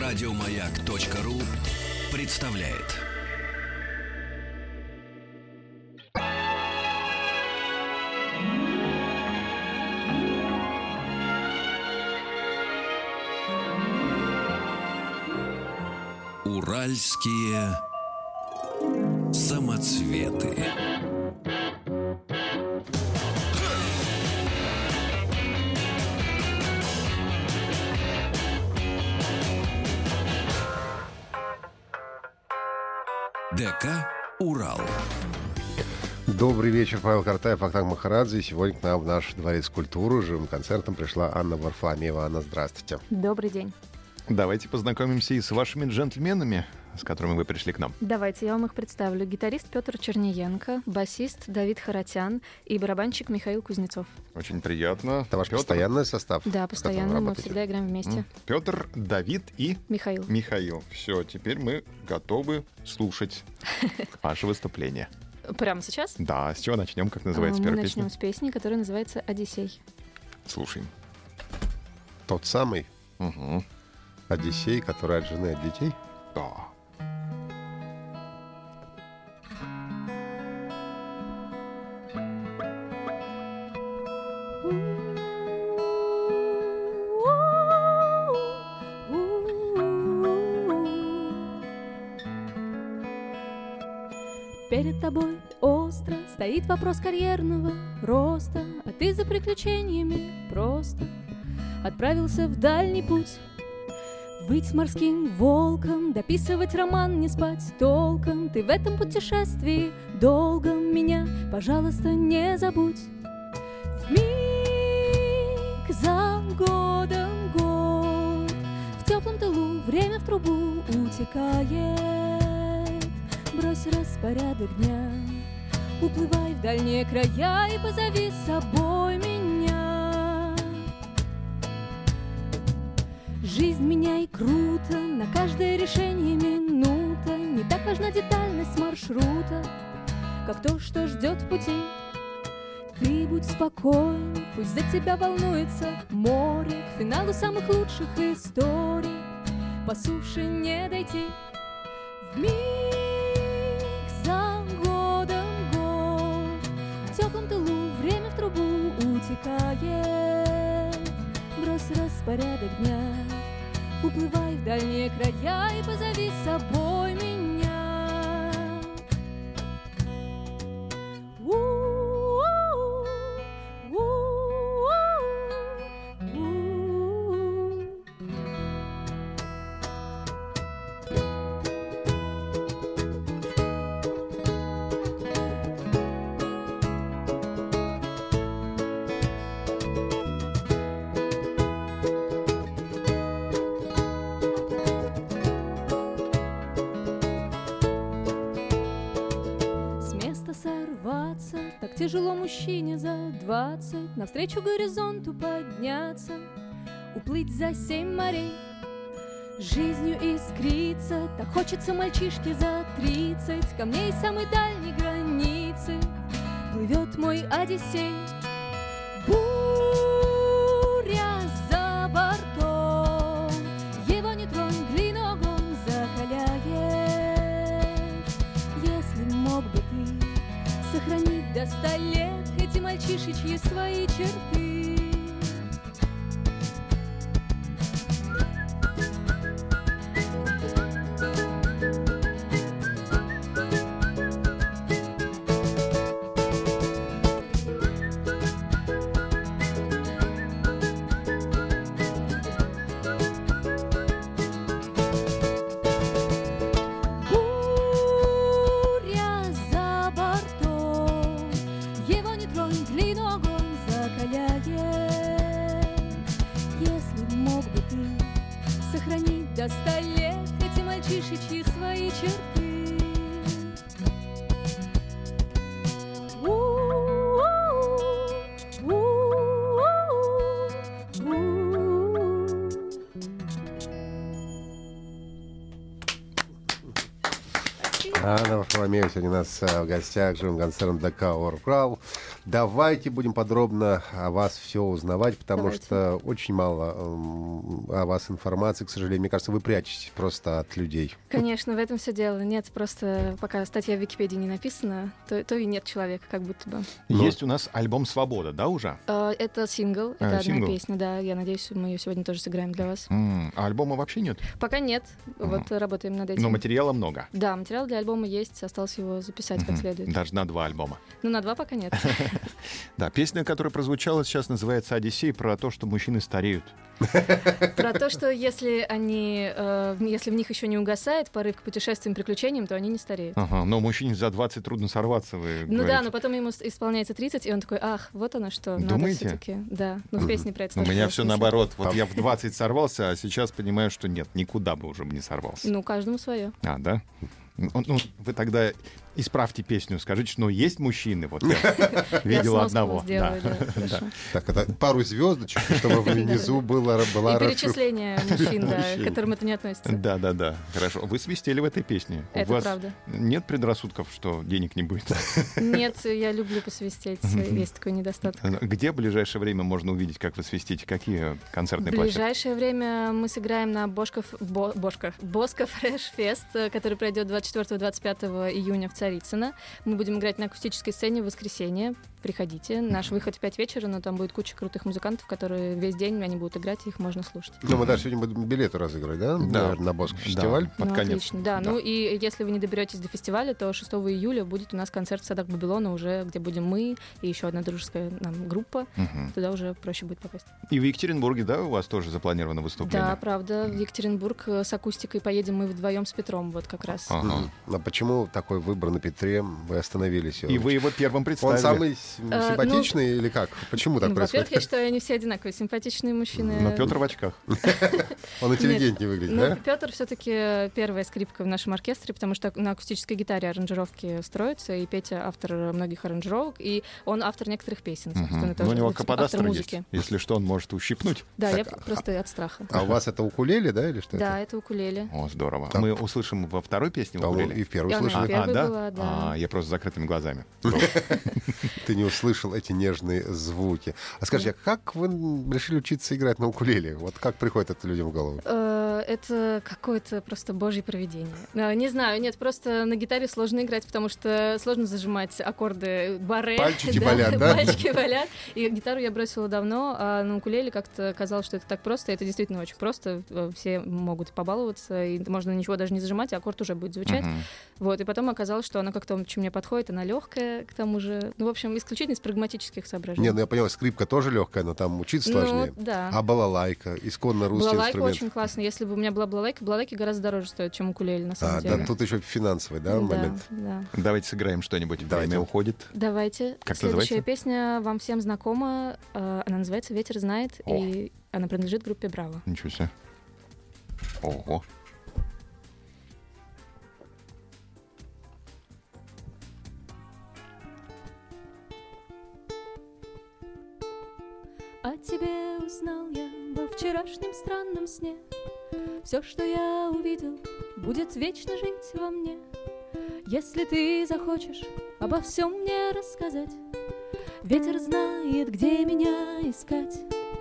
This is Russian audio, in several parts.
Радиомаяк.ру представляет. Уральские самоцветы. ДК «Урал». Добрый вечер, Павел Картаев, Ахтанг Махарадзе. И сегодня к нам в наш дворец культуры живым концертом пришла Анна Варфоломеева. Анна, здравствуйте. Добрый день. Давайте познакомимся и с вашими джентльменами, с которыми вы пришли к нам. Давайте, я вам их представлю. Гитарист Петр Черниенко, басист Давид Харатян и барабанщик Михаил Кузнецов. Очень приятно. Это ваш постоянный состав? Да, постоянно, мы всегда играем вместе. Петр, Давид и Михаил. Все, теперь мы готовы слушать ваше выступление. Прямо сейчас? Да, с чего начнем? Как называется первая песня? Мы начнем с песни, которая называется «Одиссей». Слушаем. Тот самый Угу. Одиссей, который от жены, от детей? Да. Перед тобой остро стоит вопрос карьерного роста, а ты за приключениями просто отправился в дальний путь. Быть морским волком, дописывать роман, не спать толком. Ты в этом путешествии долгом меня, пожалуйста, не забудь. Вмиг за годом год, в теплом тылу время в трубу утекает. Брось распорядок дня, уплывай в дальние края и позови с собой меня. Жизнь меняй круто, на каждое решение минута. Не так важна детальность маршрута, как то, что ждет в пути. Ты будь спокоен, пусть за тебя волнуется море. К финалу самых лучших историй по суше не дойти. Вмиг за годом год, в теплом тылу время в трубу утекает. Брось распорядок дня, уплывай в дальние края и позови с собой меня. Так тяжело мужчине за 20, навстречу горизонту подняться, уплыть за 7 морей, жизнью искриться. Так хочется мальчишке за 30, ко мне из самой дальней границы плывет мой Одиссей. Буря за бортом, его не тронь, глину огонь закаляет. Если мог бы ты сохранить до 100 лет эти мальчишечьи свои черты. Если мог бы ты сохранить до 100 лет эти мальчишечьи свои черты. Анна Варфоломеева сегодня у нас в гостях живым концертом ДК «Урал». Давайте будем подробно о вас все узнавать, потому Давайте. что очень мало о вас информации, к сожалению. Мне кажется, вы прячетесь просто от людей. Конечно, в этом все дело. Нет, просто пока статья в Википедии не написана, то и нет человека, как будто бы. Есть у нас альбом «Свобода», да, уже? Это сингл, это одна сингл. песня, да. Я надеюсь, мы ее сегодня тоже сыграем для вас. А альбома вообще нет? Пока нет, вот работаем над этим. Но материала много. Да, материал для альбома есть, осталось его записать как следует. Даже на 2 альбома. Ну, на 2 пока нет. Да, песня, которая прозвучала сейчас, называется «Одиссей», про то, что мужчины стареют. Про то, что если в них еще не угасает порыв к путешествиям, приключениям, то они не стареют. Ага, но мужчине за 20 трудно сорваться, вы Ну говорите. да, но потом ему исполняется 30, и он такой, ах, вот оно что. Надо Думаете? все-таки. Да, ну в песне про это У тоже меня было все смысл. наоборот. Вот я в 20 сорвался, а сейчас понимаю, что нет, никуда бы уже не сорвался. Ну, каждому свое. А, да? Ну, вы тогда исправьте песню, скажите, что есть мужчины. Вот я видел сноску одного. сделаю, Да. да, хорошо. Так, это пару звездочек, чтобы внизу была И расшифровка. перечисление мужчин, да, Мужчин. к которым это не относится. Да. Хорошо. Вы свистели в этой песне. Это У вас правда. нет предрассудков, что денег не будет? Нет, я люблю посвистеть, есть такой недостаток. Где в ближайшее время можно увидеть, как вы свистите? Какие В концертные площадки? ближайшее время мы сыграем на Боско Фреш Фест, который пройдет 24-25 июня в Царицыно. Мы будем играть на акустической сцене в воскресенье. Приходите. Наш выход в 5 вечера, но там будет куча крутых музыкантов, которые весь день они будут играть, и их можно слушать. Ну, мы даже сегодня будем билеты разыгрывать, да? Да. На Боско фестиваль. Да, под Ну, конец. отлично. Да, ну и если вы не доберетесь до фестиваля, то 6 июля будет у нас концерт в Садах Вавилона уже, где будем мы и еще одна дружеская нам группа. Мгм. Туда уже проще будет попасть. И в Екатеринбурге, да, у вас тоже запланировано выступление? Да, правда. В Екатеринбург с акустикой поедем мы вдвоем с Петром, вот как раз. Ага. А почему такой выбор на Петре? Вы остановились? И вы его первым представили. Он самый симпатичный или как? Почему так Ну, во-первых, я происходит? считаю, они все одинаковые, симпатичные мужчины. Но Петр в очках. Он интеллигентнее выглядит, Ну, да? Петр все-таки первая скрипка в нашем оркестре, потому что на акустической гитаре аранжировки строятся, и Петя автор многих аранжировок, и он автор некоторых песен, собственно, Ну, тоже у него автор каподастр есть. музыки. Если что, он может ущипнуть. Да, я Так, просто от страха. А у вас это укулеле, да, или что Да, это? это укулеле. О, здорово. Так. Мы услышим во второй песне А, укулеле? и в первую И она слышали. первой да? была, да. Я просто с закрытыми глазами. Ты не услышал эти нежные звуки. А скажи, а как вы решили учиться играть на укулеле? Вот как приходит это людям в голову? Это какое-то просто божье провидение. Не знаю, нет, просто на гитаре сложно играть, потому что сложно зажимать аккорды барре. Пальчики болят, да? Пальчики болят. И гитару я бросила давно, а на укулеле как-то казалось, что это так просто. Это действительно очень просто. Все могут побаловаться, и можно ничего даже не зажимать, и аккорд уже будет звучать. Мгм. Вот, и потом оказалось, что она как-то очень мне подходит, она легкая, к тому же. Ну, в общем, исключительно из прагматических соображений. Не, ну я понял, скрипка тоже легкая, но там учиться сложнее. Ну, да. А балалайка, исконно русский Балалайка инструмент. очень классно. Если бы у меня была балалайки гораздо дороже стоят, чем укулеле, на самом деле. Да, тут еще финансовый, да, момент. Да. Давайте сыграем что-нибудь. Давайте. Время уходит. Давайте. Как Следующая называется? песня вам всем знакома. Она называется «Ветер знает», О. и она принадлежит группе «Браво». Ничего себе. Ого. О тебе узнал я во вчерашнем странном сне. Все, что я увидел, будет вечно жить во мне. Если ты захочешь обо всем мне рассказать, ветер знает, где меня искать.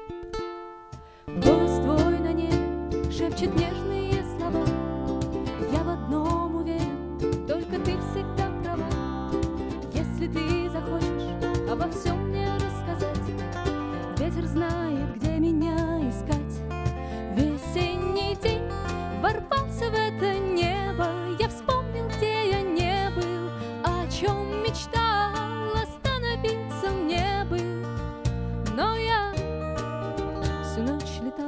Голос твой на небе шепчет нежные слова. Я в одном уверен, только ты всегда права. Если ты захочешь обо всем мне рассказать, ветер знает, где меня искать. Весенний день ворвался в это небо. Я вспомнил, где я не был, о чем мечтал, остановиться мне бы. Но я всю ночь летал.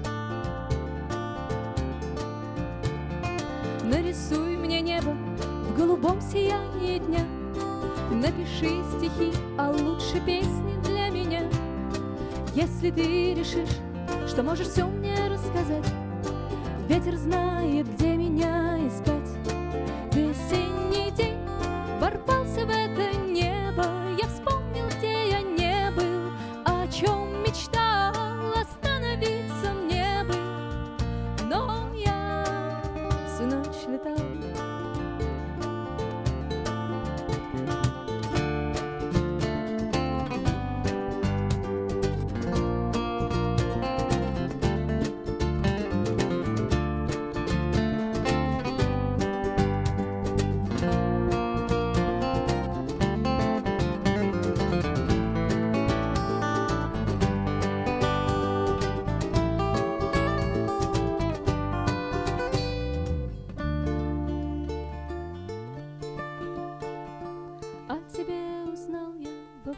Нарисуй мне небо в голубом сиянии дня. Напиши стихи, а лучше песни для меня. Если ты решишь, что можешь все мне рассказать, ветер знает, где меня искать. Весенний день ворвался в это небо. Я вспомнил, где я не был, о чем мечтал, остановиться мне бы. Но я всю ночь летал.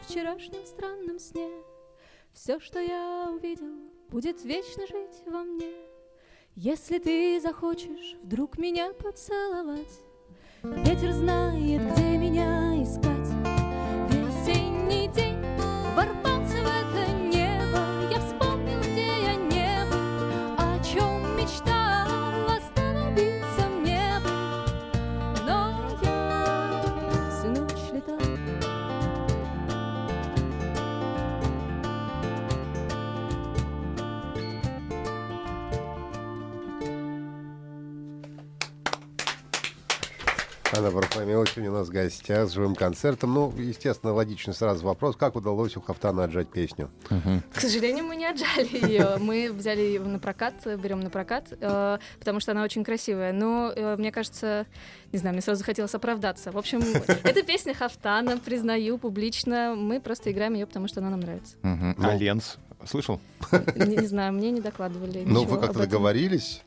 вчерашнем странном сне. Все, что я увидел, будет вечно жить во мне. Если ты захочешь вдруг меня поцеловать, ветер знает, где меня искать. Весенний день ворвался в это небо, я вспомнил, где я не был, о чем мечтал остановиться мне бы. Но я всю ночь летал. Анна Варфоломеева сегодня у нас в гостях с живым концертом. Ну, естественно, логичный сразу вопрос. Как удалось у Хафтана отжать песню? К сожалению, мы не отжали ее. Мы взяли ее на прокат, берем на прокат, потому что она очень красивая. Но, мне кажется, не знаю, мне сразу захотелось оправдаться. В общем, это песня Хафтана, признаю публично. Мы просто играем ее, потому что она нам нравится. А Ленс слышал? Не знаю, мне не докладывали. Ну, ничего вы как-то об этом. договорились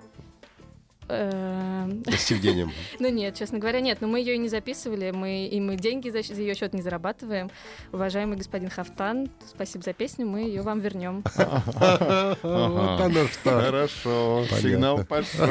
с Евгением? Ну нет, честно говоря, нет. Но мы ее и не записывали, мы деньги за ее счет не зарабатываем. Уважаемый господин Хафтан, спасибо за песню, мы ее вам вернем. Вот оно что. Хорошо, Понятно. сигнал пошел.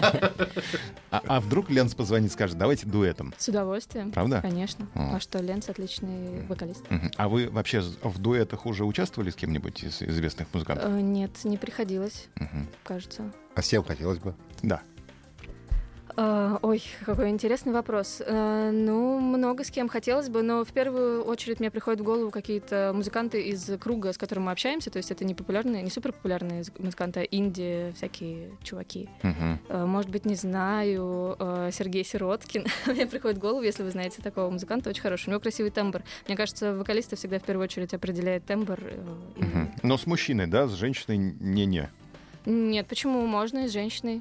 А вдруг Ленс позвонит, скажет, давайте дуэтом? С удовольствием. Правда? Конечно. А что, Ленс отличный вокалист. А вы вообще в дуэтах уже участвовали с кем-нибудь из известных музыкантов? Нет, не приходилось, кажется. А с кем хотелось бы? Да. Ой, какой интересный вопрос. Ну, много с кем хотелось бы, но в первую очередь мне приходят в голову какие-то музыканты из круга, с которым мы общаемся, то есть это не популярные, не суперпопулярные музыканты, а инди, всякие чуваки. Может быть, не знаю, Сергей Сироткин. Мне приходит в голову, если вы знаете такого музыканта, очень хороший. У него красивый тембр. Мне кажется, вокалиста всегда в первую очередь определяет тембр. Но с мужчиной, да, с женщиной не-не. Нет, почему? Можно и с женщиной.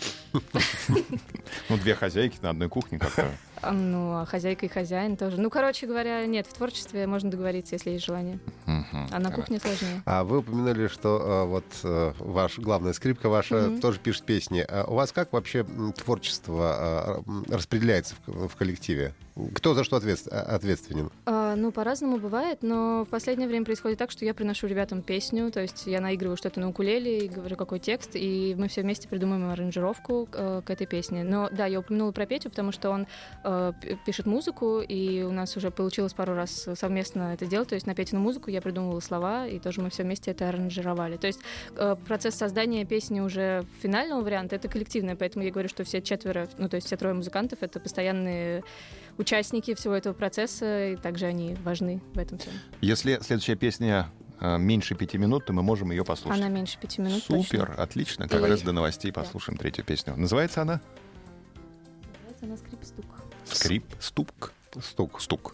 Ну, две хозяйки на одной кухне как-то. Ну, а хозяйка и хозяин тоже. Ну, короче говоря, нет, в творчестве можно договориться, если есть желание. А на кухне сложнее. А вы упомянули, что ваш главная скрипка ваша тоже пишет песни. У вас как вообще творчество распределяется в коллективе? Кто за что ответственен? Ну, по-разному бывает, но в последнее время происходит так, что я приношу ребятам песню, то есть я наигрываю что-то на укулеле и говорю, какой текст, и мы все вместе придумаем аранжировку к этой песне. Но да, я упомянула про Петю, потому что он пишет музыку, и у нас уже получилось пару раз совместно это сделать, то есть на Петину музыку я придумывала слова, и тоже мы все вместе это аранжировали. То есть процесс создания песни уже финального варианта — это коллективное, поэтому я говорю, что все четверо, ну то есть все трое музыкантов — это постоянные участники всего этого процесса, и также они важны в этом всем. Если следующая песня меньше 5 минут, то мы можем ее послушать. Она меньше 5 минут. Супер, точно. отлично. Как раз до новостей послушаем третью песню. Называется она? Называется она «Скрип-стук». Скрип-стук. Стук.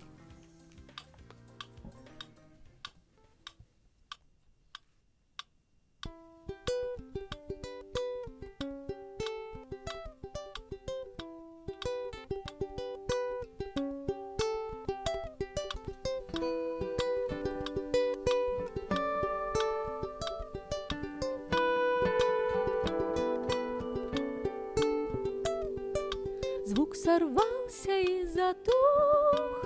Звук сорвался и затух.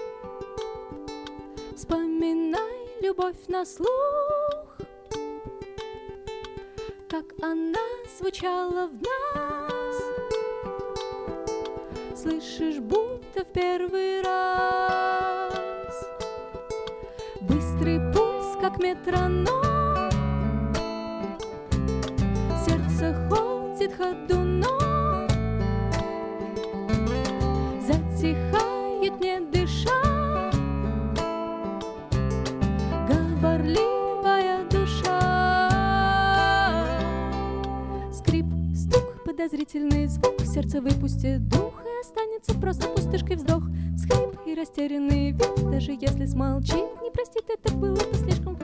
Вспоминай любовь на слух, как она звучала в нас. Слышишь, будто в первый раз. Быстрый пульс, как метроном. Сердце ходит ходуном. Затихает, не дыша, говорливая душа. Скрип, стук, подозрительный звук. Сердце выпустит дух, и останется просто пустышкой вздох. Скрип и растерянный вид, даже если смолчит, не простит, это было бы слишком.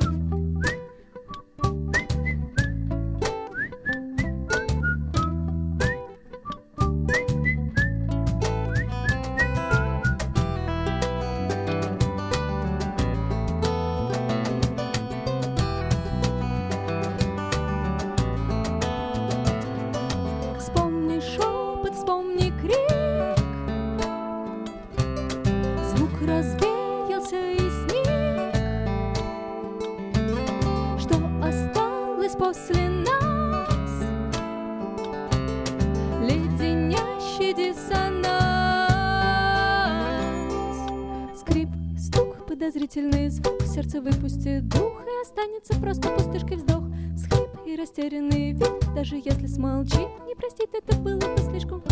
Вспомни шепот, вспомни крик. Звук развеялся и сник. после нас леденящий диссонанс. Скрип, стук, подозрительный звук, сердце выпустит дух и останется просто пустышкой вздох. Всхлип и растерянный вид, даже если смолчит, не простит, это было бы слишком.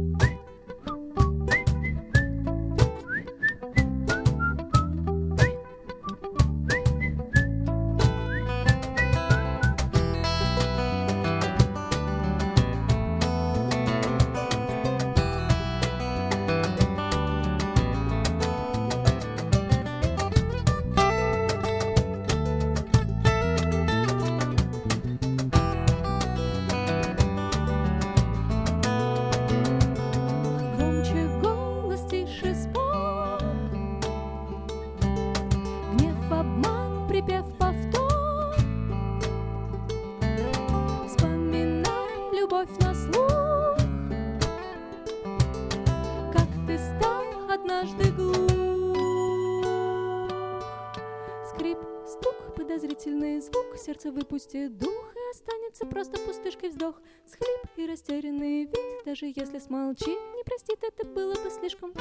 Сердце выпустит дух и останется просто пустышкой вздох. Схлип и растерянный вид, даже если смолчит, не простит, это было бы слишком.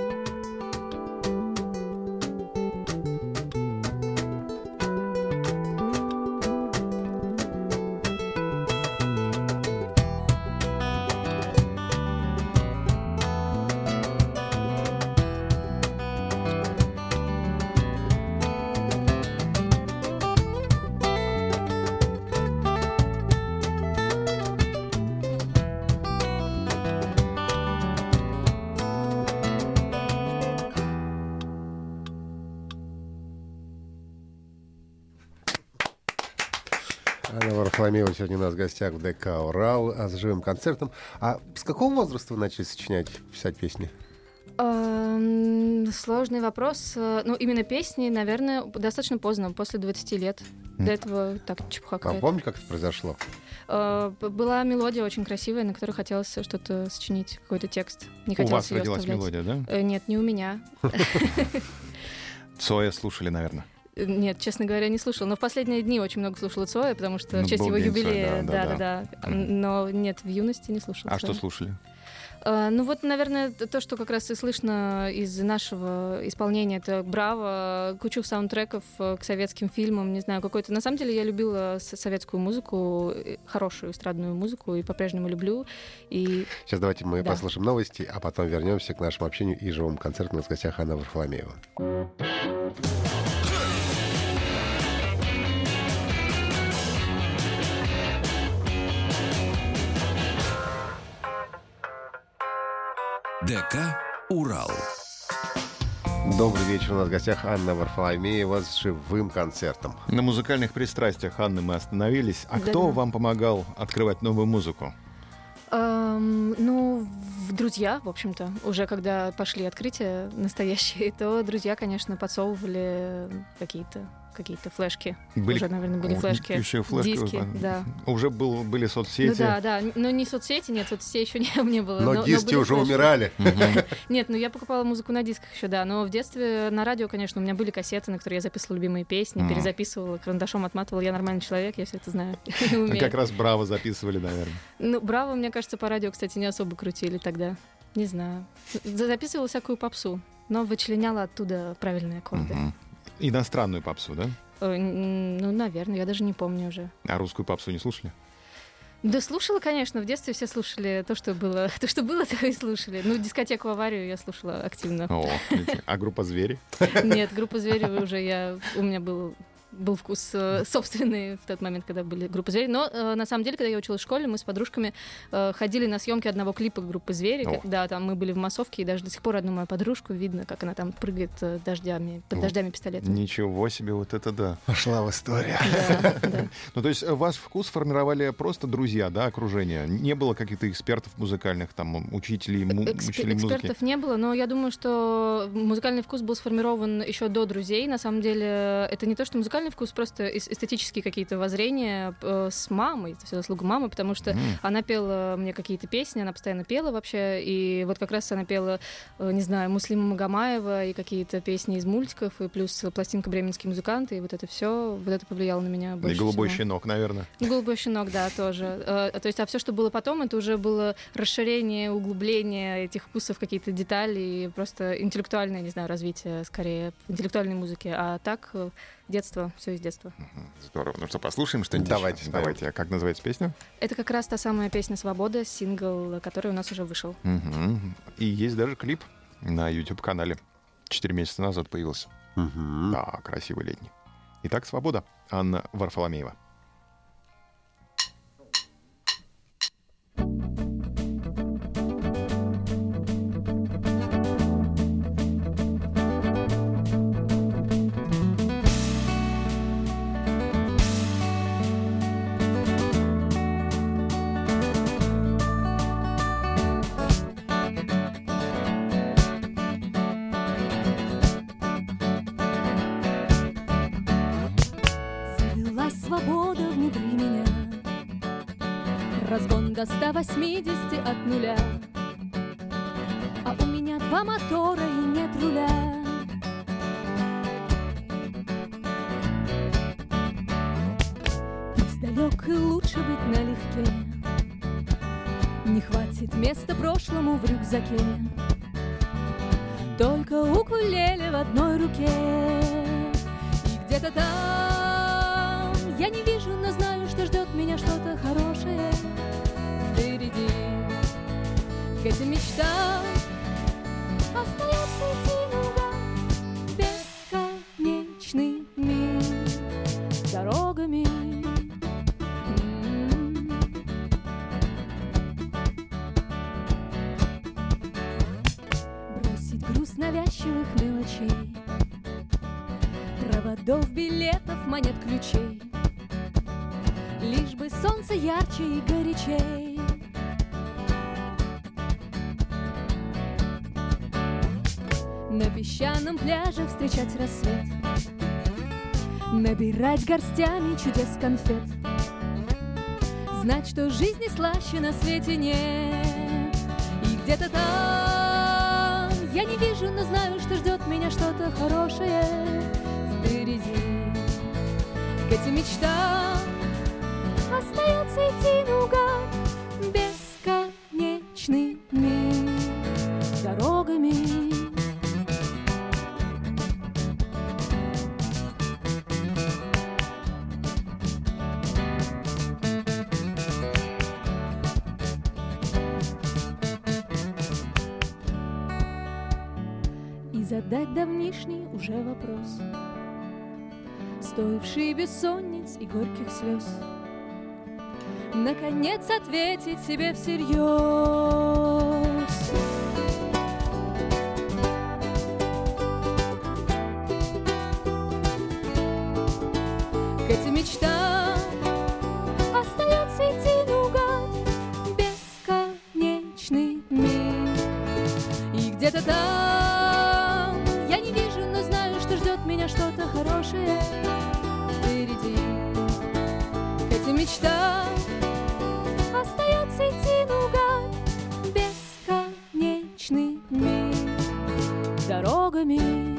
Анна Варфоломеева сегодня у нас в гостях в ДК «Урал» с живым концертом. А с какого возраста вы начали сочинять, писать песни? Сложный вопрос. Ну, именно песни, наверное, достаточно поздно, после 20 лет. До этого так чепуха какая-то. А помните, как это произошло? Была мелодия очень красивая, на которой хотелось что-то сочинить, какой-то текст. Не У хотелось вас её родилась оставлять. мелодия, да? Нет, не у меня. Цоя слушали, наверное. Нет, честно говоря, не слушала. Но в последние дни очень много слушала Цоя, потому что в честь был его день юбилея. Цоя, Да. Но нет, в юности не слушала. А что слушали? Ну вот, наверное, то, что как раз и слышно из нашего исполнения, это «Браво», кучу саундтреков к советским фильмам, не знаю, какой-то... На самом деле я любила советскую музыку, хорошую эстрадную музыку, и по-прежнему люблю. И... Сейчас давайте мы послушаем новости, а потом вернемся к нашему общению и живому концерту. У нас в гостях Анна Варфоломеева. ДК «Урал». Добрый вечер. У нас в гостях Анна Варфоломеева с живым концертом. На музыкальных пристрастиях Анны мы остановились. А кто вам помогал открывать новую музыку? Ну, друзья, в общем-то. Уже когда пошли открытия настоящие, то друзья, конечно, подсовывали какие-то флешки. Уже, наверное, были флешки. Еще флешки, диски, да. Уже были соцсети. Ну да. Но не соцсети, нет, соцсетей еще не было. Но диски уже умирали. Нет, я покупала музыку на дисках еще, да. Но в детстве на радио, конечно, у меня были кассеты, на которые я записывала любимые песни, перезаписывала, карандашом отматывала. Я нормальный человек, я все это знаю. Как раз «Браво» записывали, наверное. Ну, «Браво», мне кажется, по радио, кстати, не особо крутили тогда. Не знаю. Записывала всякую попсу, но вычленяла оттуда правильные аккорды. Иностранную попсу, да? Ну, наверное, я даже не помню уже. А русскую попсу не слушали? Да слушала, конечно. В детстве все слушали то, что было, то и слушали. Ну, дискотеку «Аварию» я слушала активно. А группа «Звери»? Нет, группа «Звери» уже у меня был вкус собственный в тот момент, когда были группы «Звери». Но на самом деле, когда я училась в школе, мы с подружками ходили на съемки одного клипа группы «Звери». Да, там мы были в массовке, и даже до сих пор одну мою подружку видно, как она там прыгает под дождями пистолетами. Ничего себе, вот это да. Пошла в историю. Да. Ну, то есть ваш вкус формировали просто друзья, да, окружение? Не было каких-то экспертов музыкальных, там, учителей музыки? Экспертов не было, но я думаю, что музыкальный вкус был сформирован еще до друзей. На самом деле, это не то, что музыкальный музыкальный вкус, просто эстетические какие-то воззрения с мамой, это все заслуга мамы, потому что она пела мне какие-то песни, она постоянно пела вообще, и вот как раз она пела, не знаю, Муслима Магомаева и какие-то песни из мультиков, и плюс пластинка «Бременские музыканты», и вот это все, вот это повлияло на меня больше И «Голубой всего. щенок», наверное. «Голубой щенок», да, тоже. То есть, а все, что было потом, это уже было расширение, углубление этих вкусов, какие-то детали, и просто интеллектуальное, не знаю, развитие скорее в интеллектуальной музыке. А так, детство, все из детства. Здорово. Ну что, послушаем что-нибудь? Давайте, еще? Давайте. А как называется песня? Это как раз та самая песня «Свобода», сингл, который у нас уже вышел. И есть даже клип на YouTube-канале. 4 месяца назад появился. Да, красивый летний. Итак, «Свобода». Анна Варфоломеева. Завелась свобода внутри меня, разгон до 180 от нуля, а у меня 2 мотора и нет руля. Пусть далек и лучше быть налегке, не хватит места прошлому в рюкзаке, только укулеле в одной руке. И где-то там я не вижу, но знаю, что ждет меня что-то хорошее впереди. К этим мечтам остается идти наугад бесконечными дорогами. Бросить груз навязчивых мелочей, проводов, билетов, монет, ключей, лишь бы солнце ярче и горячей. На песчаном пляже встречать рассвет, набирать горстями чудес конфет, знать, что жизни слаще на свете нет. И где-то там я не вижу, но знаю, что ждет меня что-то хорошее впереди. К этим мечтам остается идти наугад бесконечными дорогами. И задать давнишний уже вопрос, стоивший бессонниц и горьких слез, наконец ответить себе всерьез. К этим мечтам остается идти наугад бесконечными. И где-то там я не вижу, но знаю, что ждет меня что-то хорошее впереди. К этим мечтам остается идти наугад бесконечными дорогами.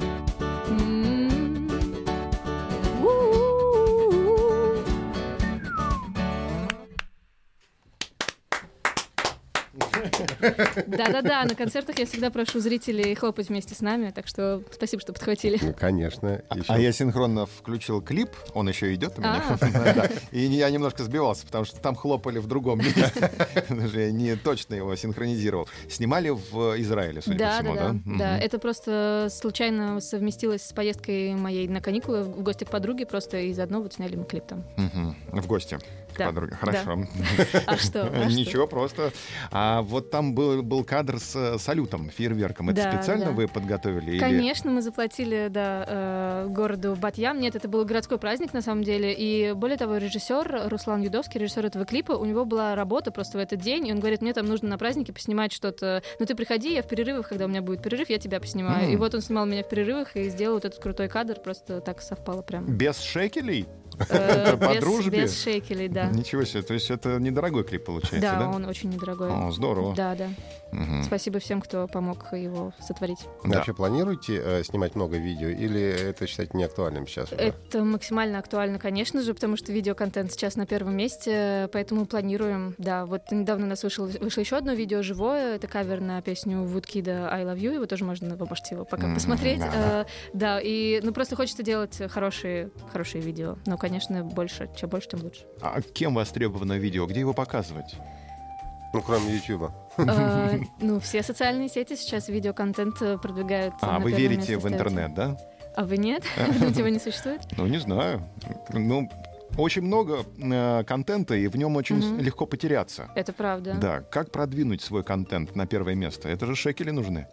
Да-да-да, на концертах я всегда прошу зрителей хлопать вместе с нами, так что спасибо, что подхватили. Ну, конечно. А я синхронно включил клип, он еще идет у меня. Да. И я немножко сбивался, потому что там хлопали в другом месте. Даже я не точно его синхронизировал. Снимали в Израиле, судя по всему, да? Да, это просто случайно совместилось с поездкой моей на каникулы в гости к подруге, просто и заодно вот сняли мы клип там. В гости. Да. Подруга. Хорошо. А что? Ничего, просто. А вот там был кадр с салютом, фейерверком. Это Да, специально да. вы подготовили? Конечно, мы заплатили городу Батьям. Нет, это был городской праздник, на самом деле. И более того, режиссер Руслан Юдовский, режиссер этого клипа, у него была работа просто в этот день, и он говорит, мне там нужно на празднике поснимать что-то. Ну, ты приходи, я в перерывах, когда у меня будет перерыв, я тебя поснимаю. И вот он снимал меня в перерывах и сделал вот этот крутой кадр, просто так совпало прямо. Без шекелей? По дружбе? Без шекелей, да. Ничего себе, то есть это недорогой клип получается, Да, да? он очень недорогой. О, здорово. Да. Мгм. Спасибо всем, кто помог его сотворить. Да. Вообще планируете снимать много видео или это считаете неактуальным сейчас уже? Это максимально актуально, конечно же, потому что видеоконтент сейчас на первом месте, поэтому планируем. Да, вот недавно у нас вышло еще одно видео живое, это кавер на песню Woodkid I Love You, его тоже вы можете его пока посмотреть. Да, и просто хочется делать хорошие видео, но, конечно, чем больше, тем лучше. А кем востребовано видео? Где его показывать? Ну, кроме Ютуба. Все социальные сети сейчас видеоконтент продвигают. А на вы первое верите место в ставят. интернет, да? А вы нет? Думаете, его не существует? Ну, не знаю. Ну, очень много контента, и в нем очень легко потеряться. Это правда. Да, как продвинуть свой контент на первое место? Это же шекели нужны.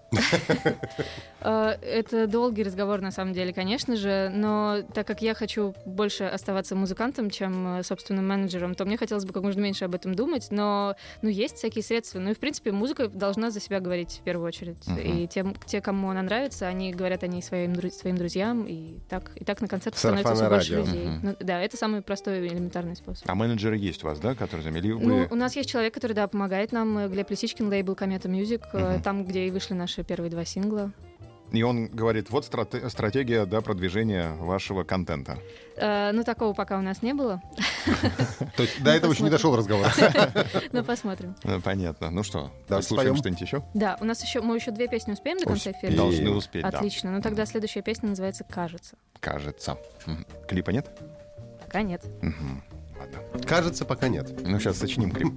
Это долгий разговор, на самом деле, конечно же, но так как я хочу больше оставаться музыкантом, чем собственным менеджером, то мне хотелось бы как можно меньше об этом думать, но есть всякие средства. Ну и, в принципе, музыка должна за себя говорить в первую очередь. И те, кому она нравится, они говорят о ней своим друзьям, и так на концертах становится все больше людей. Ну, да, это самый простой и элементарный способ. А менеджеры есть у вас, да, которые замели? Вы... У нас есть человек, который, помогает нам, Глеб Лисичкин, лейбл Комета Мьюзик, там, где и вышли наши первые 2 сингла. И он говорит, вот стратегия продвижения вашего контента. Такого пока у нас не было. То есть до этого еще не дошел разговор. Но посмотрим. Понятно. Ну что, Давайте послушаем споем. что-нибудь еще? Да, мы еще 2 песни успеем до конца эфира? Должны успеть, Отлично. Ну тогда следующая песня называется «Кажется». Кажется. Клипа нет? Пока нет. Ладно. Кажется, пока нет. Ну, сейчас сочиним клип.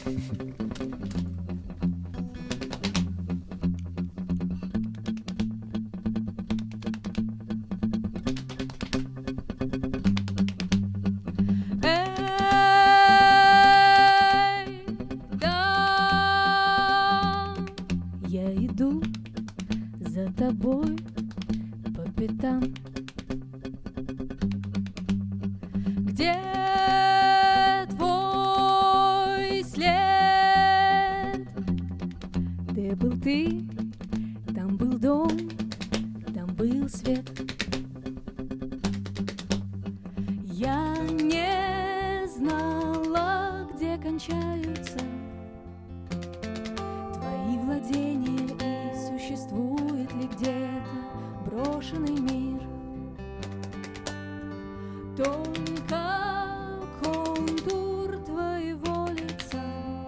Я иду за тобой по пятам. Где твой след? Где был ты? Там был дом, там был свет. Я не знала, где кончаются твои владения и существует ли где-то брошенный мир. Только контур твоего лица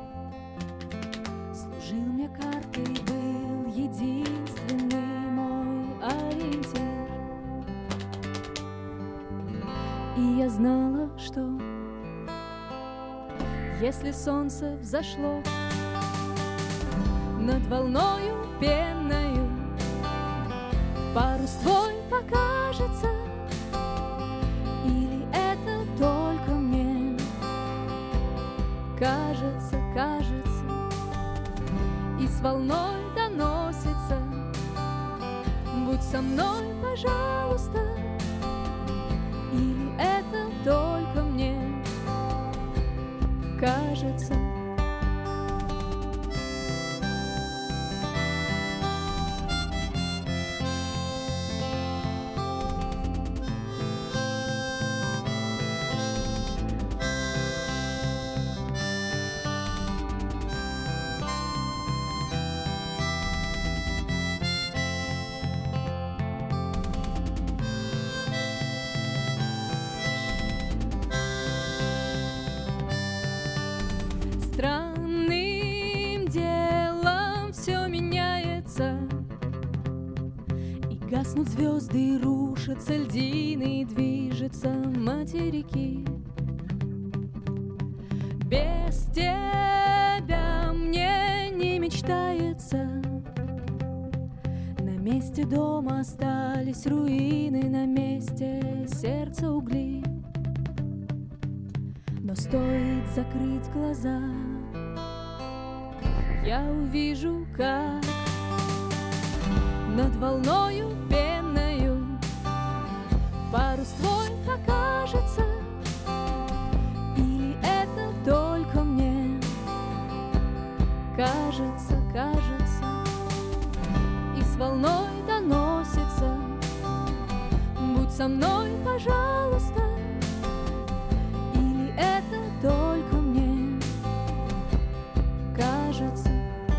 служил мне картой, был единственный мой ориентир. И я знала, что если солнце взошло над волною пенною, парус твой покажется. Или это только мне кажется, и с волной доносится: будь со мной, пожалуйста. Или это только мне кажется. Странным делом все меняется, и гаснут звезды, и рушатся льдины, и движутся материки. Без тебя мне не мечтается. На месте дома остались руины, на месте сердца угли. Но стоит закрыть глаза, я увижу, как над волною пенною парус твой покажется. Или это только мне кажется, кажется, и с волной доносится: будь со мной, пожалуйста. Или это только мне кажется.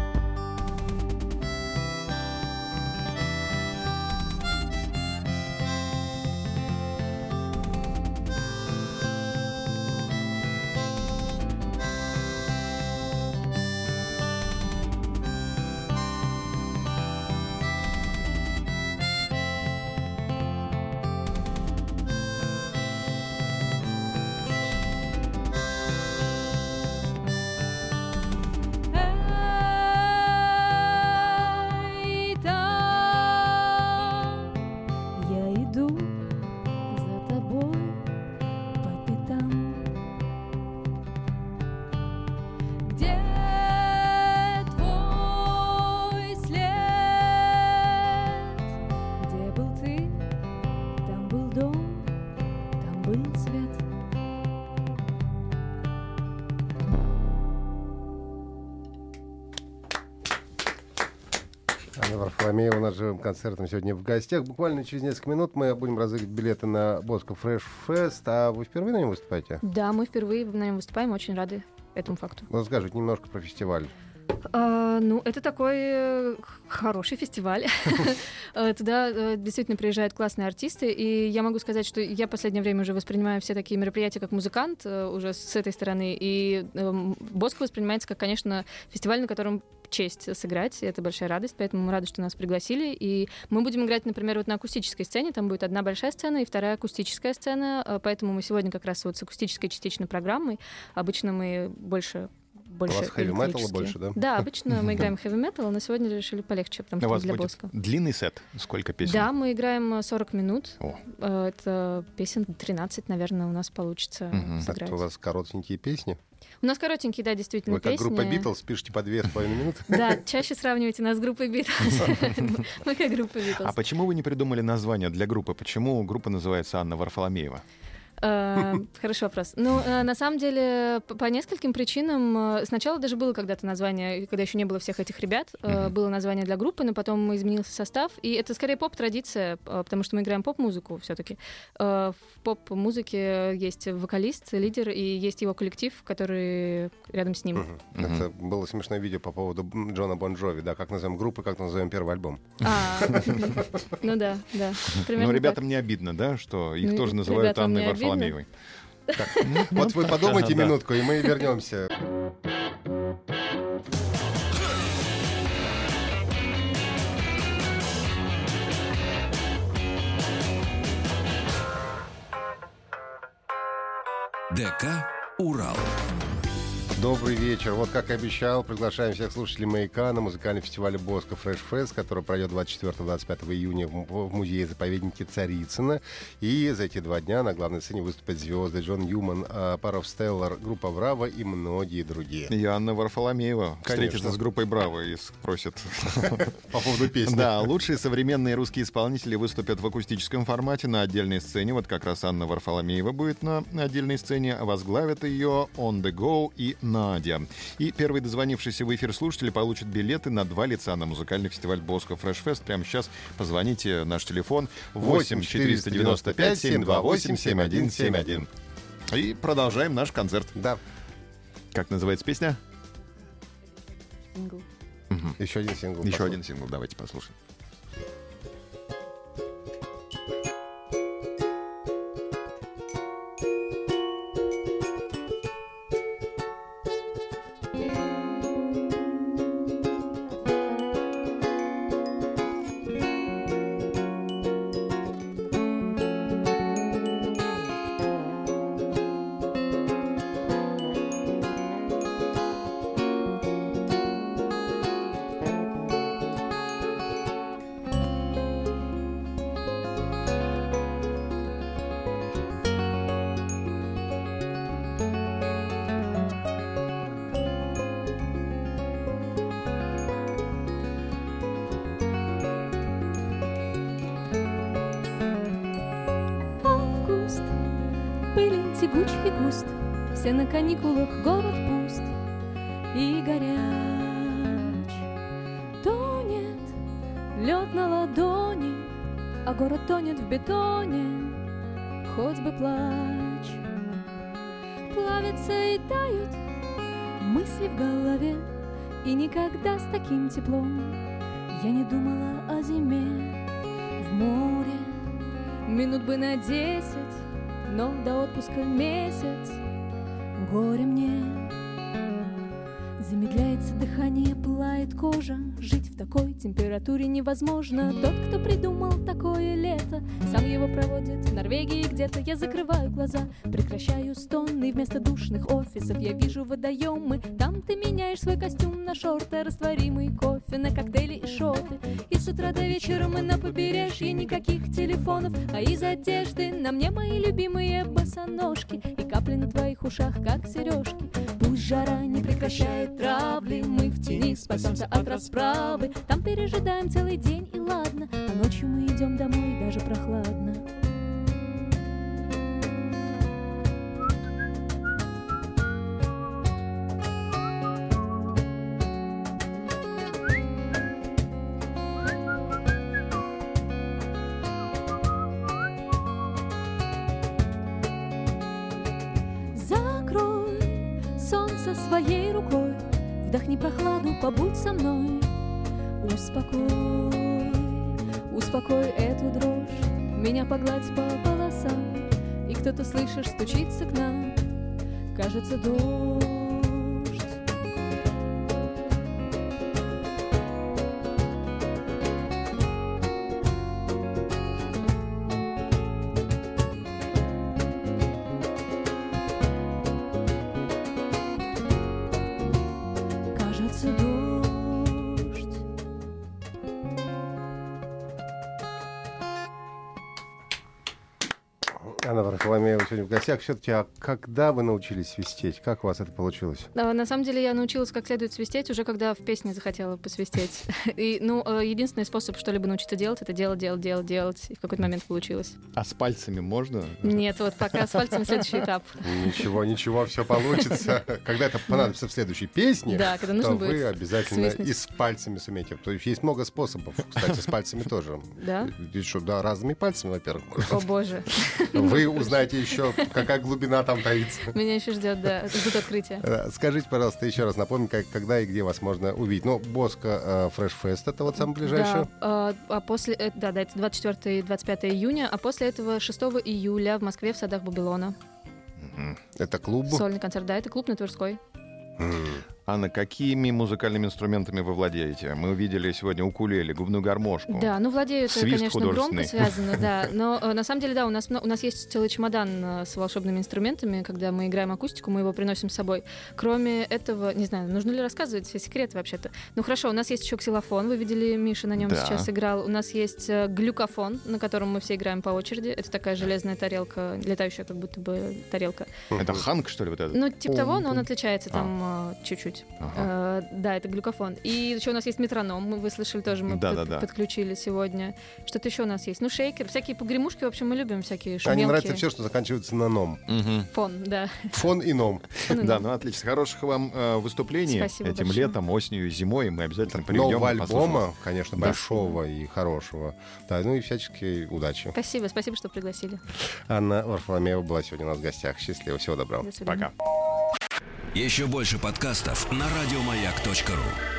Анна Варфоломеева у нас живым концертом сегодня в гостях. Буквально через несколько минут мы будем разыгрывать билеты на Bosco Fresh Fest. А вы впервые на нем выступаете? Да, мы впервые на нем выступаем, очень рады этому факту. Ну, скажите немножко про фестиваль. Ну, это такой хороший фестиваль. Туда действительно приезжают классные артисты, и я могу сказать, что я в последнее время уже воспринимаю все такие мероприятия как музыкант уже с этой стороны, и Bosco воспринимается как, конечно, фестиваль, на котором честь сыграть, и это большая радость, поэтому мы рады, что нас пригласили, и мы будем играть, например, вот на акустической сцене, там будет одна большая сцена и вторая акустическая сцена, поэтому мы сегодня как раз вот с акустической частичной программой, обычно мы больше У вас хэви-металла больше, да? Да, обычно мы играем хэви-метал, но сегодня решили полегче, потому что для Bosco. Длинный сет? Сколько песен? Да, мы играем 40 минут. О. Это песен 13, наверное, у нас получится сыграть. У вас коротенькие песни? У нас коротенькие, да, действительно, Вы как песни. группа Beatles пишете по 2,5 минуты? Да, чаще сравнивайте нас с группой Beatles. Мы как группа Beatles. А почему вы не придумали название для группы? Почему группа называется Анна Варфоломеева? Хороший вопрос. Ну, на самом деле, по нескольким причинам. Сначала даже было когда-то название, когда еще не было всех этих ребят, было название для группы, но потом изменился состав. И это скорее поп-традиция, потому что мы играем поп-музыку все-таки. В поп-музыке есть вокалист, лидер, и есть его коллектив, который рядом с ним. Это было смешное видео по поводу Джона Бон Джови. Да, как назовем группу, как назовем первый альбом. Ну да. Ну, ребятам не обидно, да, что их тоже называют Анной Варфоломеевой? Вот вы подумайте минутку, и мы вернемся. ДК «Урал». Добрый вечер. Вот, как и обещал, приглашаем всех слушателей «Маяка» на музыкальный фестиваль Bosco Fresh Fest, который пройдет 24-25 июня в музее-заповеднике Царицыно. И за эти 2 дня на главной сцене выступят звезды Джон Ньюман, Паров Стеллар, группа «Браво» и многие другие. И Анна Варфоломеева встретится с группой «Браво» и спросит по поводу песни. Да, лучшие современные русские исполнители выступят в акустическом формате на отдельной сцене. Вот как раз Анна Варфоломеева будет на отдельной сцене. Возглавят ее On The Go и Надя. И первый дозвонившийся в эфир слушатель получит билеты на 2 лица на музыкальный фестиваль Bosco Fresh Fest. Прямо сейчас позвоните. Наш телефон 8 495 728 7171. И продолжаем наш концерт. Да. Как называется песня? Сингл. Еще один сингл. Еще один сингл. Давайте послушаем. тучи густ, все на каникулах, город пуст и горяч. Тонет лед на ладони, а город тонет в бетоне, хоть бы плачь. Плавятся и тают мысли в голове, и никогда с таким теплом я не думала о зиме. В море минут бы на 10, но до отпуска месяц. Горе мне. Замедляется дыхание, пылает кожа. Жить в такой температуре невозможно. Тот, кто придумал такое лето, сам его проводит в Норвегии где-то. Я закрываю глаза, прекращаю стоны, и вместо душных офисов я вижу водоемы. Там ты меняешь свой костюм на шорты, растворимый кофе, на коктейли и шоты. И с утра до вечера мы на побережье, никаких телефонов, а из одежды на мне мои любимые босоножки и капли на твоих ушах, как сережки. Пусть жара не прекращает травли, мы в тени спасемся от расправы. Там пережидаем целый день, и ладно, а ночью мы идем домой, даже прохладно. Закрой солнце своей рукой, вдохни прохладу, побудь со мной. Успокой, успокой эту дрожь, меня погладь по волосам. И кто-то, слышишь, стучится к нам, кажется, дождь. Кажется, дождь. Анна Варфоломеева сегодня в гостях. Все-таки, а когда вы научились свистеть? Как у вас это получилось? На самом деле я научилась как следует свистеть уже когда в песне захотела посвистеть. И, единственный способ что-либо научиться делать — это делать. И в какой-то момент получилось. А с пальцами можно? Нет, вот пока с пальцами следующий этап. Ничего, все получится. Когда это понадобится в следующей песне, Да, когда то нужно вы будет обязательно свистнуть. и с пальцами сумеете. То есть есть много способов, кстати, с пальцами тоже. Да? И что, да, разными пальцами, во-первых. О боже. Вы узнаете еще, какая глубина там таится. Меня еще ждет открытие. Скажите, пожалуйста, еще раз напомню, когда и где вас можно увидеть. Боско Fresh Fest — это вот самое ближайшее. Да, это 24 и 25 июня, а после этого 6 июля в Москве в садах Babylon. Это клуб. Сольный концерт, да, это клуб на Тверской. Анна, какими музыкальными инструментами вы владеете? Мы увидели сегодня укулеле, губную гармошку. Да, владею, это, Свист конечно, громко художественный. связано, да. Но на самом деле, да, у нас есть целый чемодан с волшебными инструментами. Когда мы играем акустику, мы его приносим с собой. Кроме этого, не знаю, нужно ли рассказывать все секреты вообще-то. Ну хорошо, у нас есть еще ксилофон. Вы видели, Миша на нем сейчас играл. У нас есть глюкофон, на котором мы все играем по очереди. Это такая железная тарелка, летающая как будто бы тарелка. Это ханг, что ли, вот этот? Ну, типа того, но он отличается там чуть-чуть. Ага. Да, это глюкофон. И еще у нас есть метроном, вы слышали тоже, мы подключили сегодня. Что-то еще у нас есть. Ну, шейкер, всякие погремушки, в общем, мы любим всякие шумелки. Мне нравится все, что заканчивается на ном. Фон, да. Фон и ном. Да, ну отлично. Хороших вам выступлений. Спасибо этим большое. летом, осенью и зимой. Мы обязательно приведем. Нового и послушаем. альбома, конечно, большого и хорошего. Да, ну и всячески удачи. Спасибо, что пригласили. Анна Варфоломеева была сегодня у нас в гостях. Счастливо, всего доброго. До свидания. Пока. Еще больше подкастов на радиомаяк.ру.